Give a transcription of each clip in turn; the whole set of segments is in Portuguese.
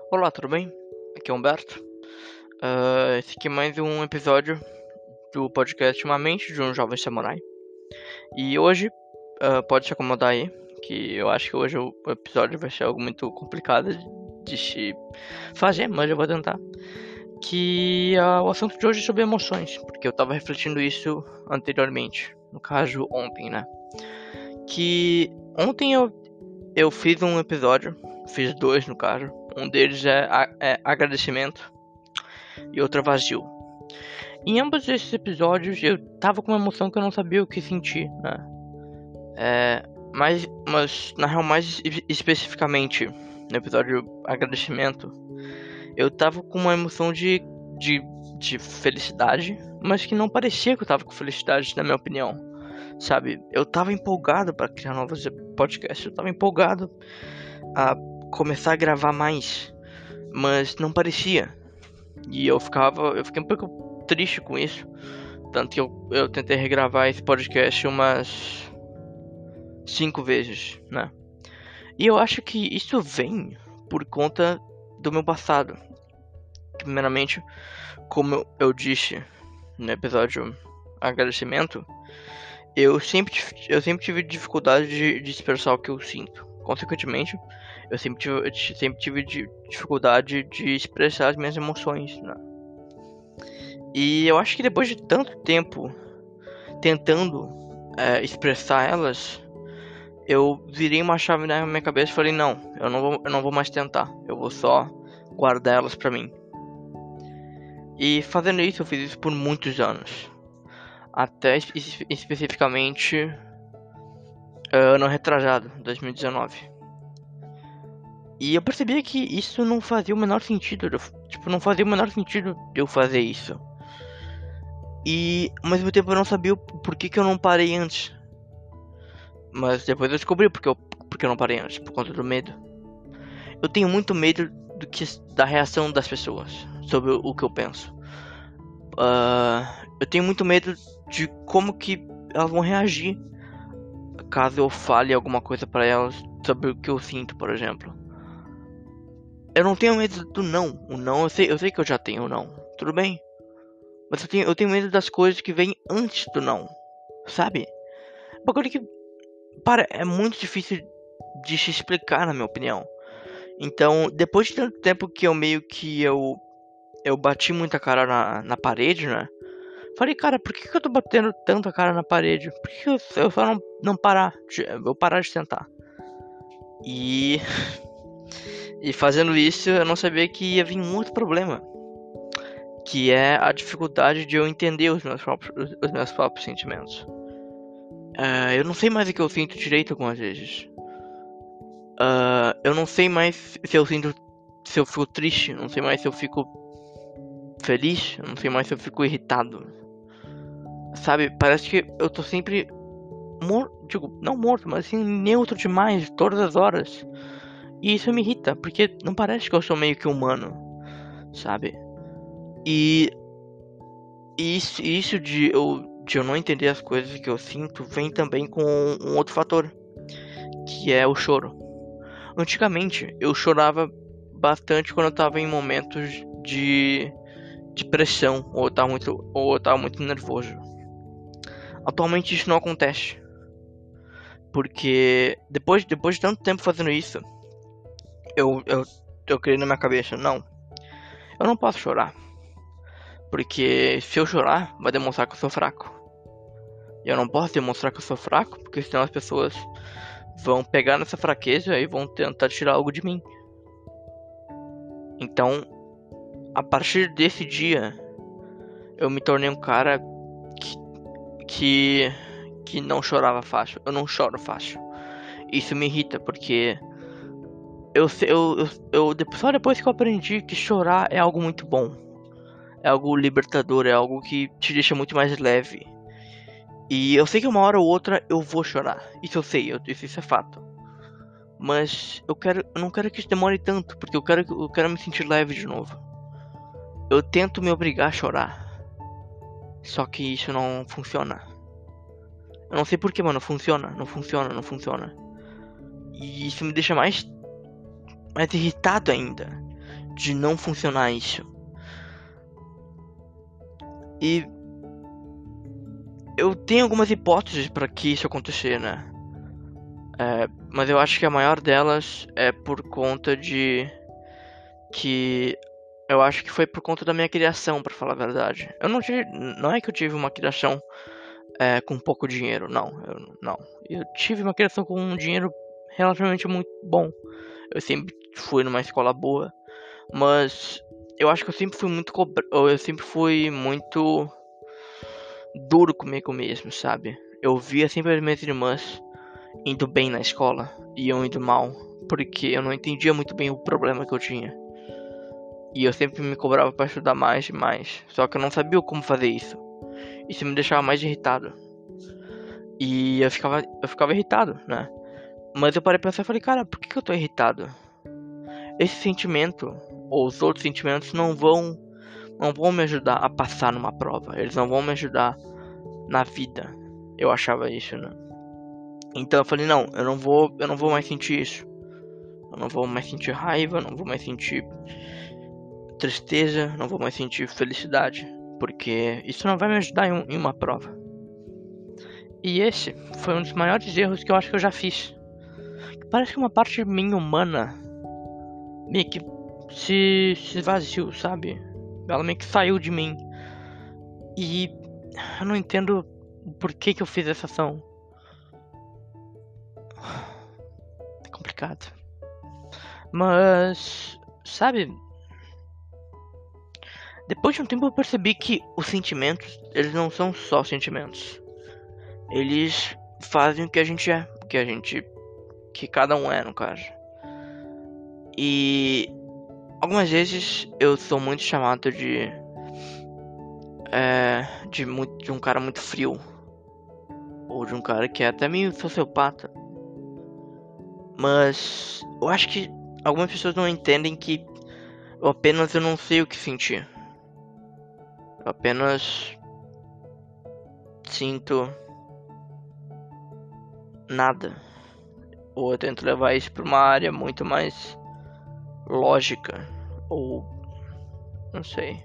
Olá, tudo bem? Aqui é o Humberto. Esse aqui é mais um episódio do podcast Uma Mente de um Jovem Samurai. E hoje, pode se acomodar aí, que eu acho que hoje o episódio vai ser algo muito complicado de se fazer, mas eu vou tentar. Que o assunto de hoje é sobre emoções, porque eu tava refletindo isso anteriormente, no caso ontem, né? Que ontem eu fiz um episódio, fiz dois no caso. Um deles é agradecimento e outro é vazio. Em ambos esses episódios eu tava com uma emoção que eu não sabia o que sentir, né? Mas na real, mais especificamente no episódio agradecimento, eu tava com uma emoção de felicidade, mas que não parecia que eu tava com felicidade, na minha opinião. Sabe, eu tava empolgado para criar novos podcasts, eu tava empolgado a começar a gravar mais, mas não parecia. E eu fiquei um pouco triste com isso. Tanto que eu tentei regravar esse podcast umas 5 vezes, né? E eu acho que isso vem por conta do meu passado. Primeiramente, como eu disse no episódio agradecimento, eu sempre tive dificuldade de expressar o que eu sinto. Consequentemente, eu sempre tive dificuldade de expressar as minhas emoções, né? E eu acho que depois de tanto tempo tentando expressar elas, eu virei uma chave na minha cabeça e falei, não, eu não vou mais tentar, eu vou só guardar elas pra mim. E fazendo isso, eu fiz isso por muitos anos. Até especificamente ano retrasado, 2019. E eu percebia que isso não fazia o menor sentido. Não fazia o menor sentido eu fazer isso. E ao mesmo tempo eu não sabia por que eu não parei antes. Mas depois eu descobri porque eu não parei antes, por conta do medo. Eu tenho muito medo da reação das pessoas sobre o que eu penso. Eu tenho muito medo de como que elas vão reagir caso eu fale alguma coisa pra elas sobre o que eu sinto, por exemplo. Eu não tenho medo do não. O não, eu sei que eu já tenho o não. Tudo bem. Mas eu tenho medo das coisas que vêm antes do não. Sabe? Bagulho que é muito difícil de se explicar, na minha opinião. Então, depois de tanto tempo que eu meio que eu bati muita cara na parede, né? Falei, cara, por que eu tô batendo tanta cara na parede? Por que eu só não parar? Eu parar de tentar. E fazendo isso, eu não sabia que ia vir um outro problema. Que é a dificuldade de eu entender os meus próprios sentimentos. Eu não sei mais o que eu sinto direito algumas vezes. Eu não sei mais se eu fico triste, não sei mais se eu fico feliz, não sei mais se eu fico irritado. Sabe, parece que eu tô sempre não morto, mas assim, neutro demais, todas as horas. E isso me irrita, porque não parece que eu sou meio que humano, sabe? E isso de eu não entender as coisas que eu sinto vem também com um outro fator, que é o choro. Antigamente eu chorava bastante quando eu tava em momentos de pressão ou eu tava muito nervoso. Atualmente isso não acontece. Porque depois de tanto tempo fazendo isso, eu criei na minha cabeça, não, eu não posso chorar. Porque se eu chorar, vai demonstrar que eu sou fraco. E eu não posso demonstrar que eu sou fraco, porque senão as pessoas vão pegar nessa fraqueza e vão tentar tirar algo de mim. Então, a partir desse dia, eu me tornei um cara que não chorava fácil. Eu não choro fácil. Isso me irrita, porque só depois que eu aprendi que chorar é algo muito bom. É algo libertador, é algo que te deixa muito mais leve. E eu sei que uma hora ou outra eu vou chorar. Isso eu sei, isso é fato. Mas eu não quero que isso demore tanto, porque eu quero me sentir leve de novo. Eu tento me obrigar a chorar. Só que isso não funciona. Eu não sei porquê, mano, não funciona. E isso me deixa mais irritado ainda. de não funcionar isso. E eu tenho algumas hipóteses para que isso acontecer, né? Mas eu acho que a maior delas é por conta de que eu acho que foi por conta da minha criação, pra falar a verdade. Não é que eu tive uma criação com pouco dinheiro, não. Eu tive uma criação com um dinheiro relativamente muito bom. Eu sempre fui numa escola boa, mas eu acho que eu sempre fui muito duro comigo mesmo, sabe? Eu via sempre as minhas irmãs indo bem na escola e eu indo mal, porque eu não entendia muito bem o problema que eu tinha. E eu sempre me cobrava pra estudar mais e mais, só que eu não sabia como fazer isso. Isso me deixava mais irritado. E eu ficava irritado, né? Mas eu parei pra pensar e falei, cara, por que eu tô irritado? Esse sentimento, ou os outros sentimentos, não vão me ajudar a passar numa prova. Eles não vão me ajudar na vida. Eu achava isso, né? Então eu falei, não, eu não vou mais sentir isso. Eu não vou mais sentir raiva, não vou mais sentir tristeza, não vou mais sentir felicidade. Porque isso não vai me ajudar em uma prova. E esse foi um dos maiores erros que eu acho que eu já fiz. Parece que uma parte minha humana meio que se esvaziou, sabe? Ela meio que saiu de mim. E eu não entendo por que eu fiz essa ação. É complicado. Mas, sabe? Depois de um tempo eu percebi que os sentimentos, eles não são só sentimentos. Eles fazem o que a gente é, que cada um é, no caso. E algumas vezes eu sou muito chamado de um cara muito frio, ou de um cara que é até meio sociopata. Mas eu acho que algumas pessoas não entendem que eu não sei o que sentir. Eu apenas sinto nada. Ou eu tento levar isso pra uma área muito mais lógica. Ou não sei.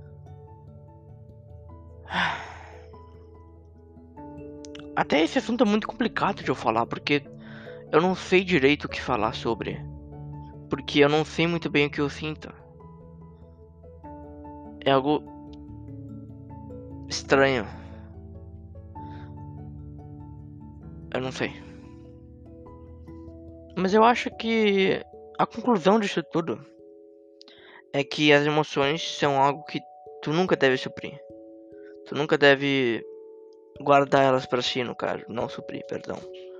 Até esse assunto é muito complicado de eu falar, porque eu não sei direito o que falar sobre. Porque eu não sei muito bem o que eu sinto. É algo estranho. Eu não sei. Mas eu acho que a conclusão disso tudo é que as emoções são algo que tu nunca deve suprir. Tu nunca deve guardar elas pra si, no caso. Não suprir, perdão.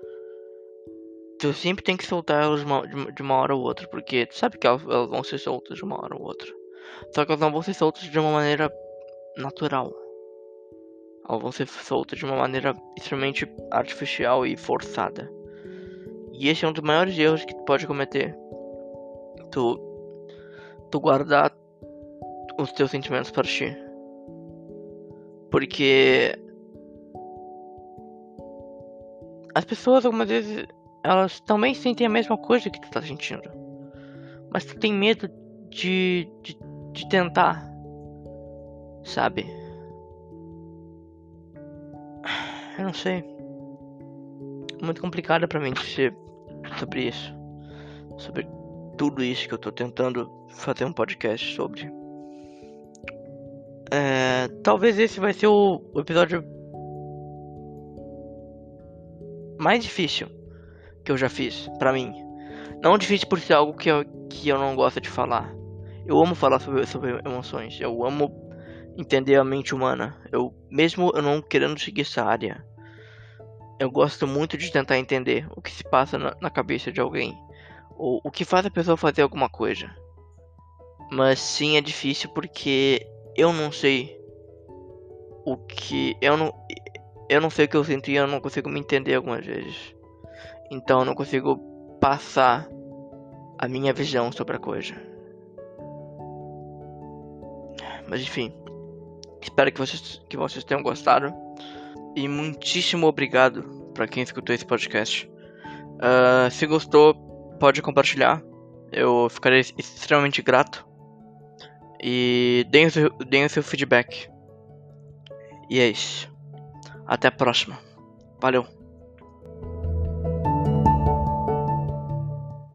Tu sempre tem que soltar elas de uma hora ou outra, porque tu sabe que elas vão ser soltas de uma hora ou outra. Só que elas não vão ser soltas de uma maneira natural. Elas vão ser soltas de uma maneira extremamente artificial e forçada. E esse é um dos maiores erros que tu pode cometer. Tu guardar os teus sentimentos para ti. Porque as pessoas algumas vezes elas também sentem a mesma coisa que tu tá sentindo. Mas tu tem medo de tentar, sabe? Eu não sei. É muito complicado pra mim dizer sobre isso. Sobre tudo isso que eu tô tentando fazer um podcast sobre. Talvez esse vai ser o episódio mais difícil que eu já fiz, pra mim. Não difícil por ser algo que eu não gosto de falar. Eu amo falar sobre emoções. Eu amo entender a mente humana. Mesmo eu não querendo seguir essa área, eu gosto muito de tentar entender o que se passa na cabeça de alguém. Ou o que faz a pessoa fazer alguma coisa. Mas sim, é difícil porque eu não sei o que... Eu não sei o que eu sinto e eu não consigo me entender algumas vezes. Então eu não consigo passar a minha visão sobre a coisa. Mas enfim, espero que vocês tenham gostado. E muitíssimo obrigado para quem escutou esse podcast. Se gostou, pode compartilhar. Eu ficarei extremamente grato. E deem o seu feedback. E é isso. Até a próxima. Valeu.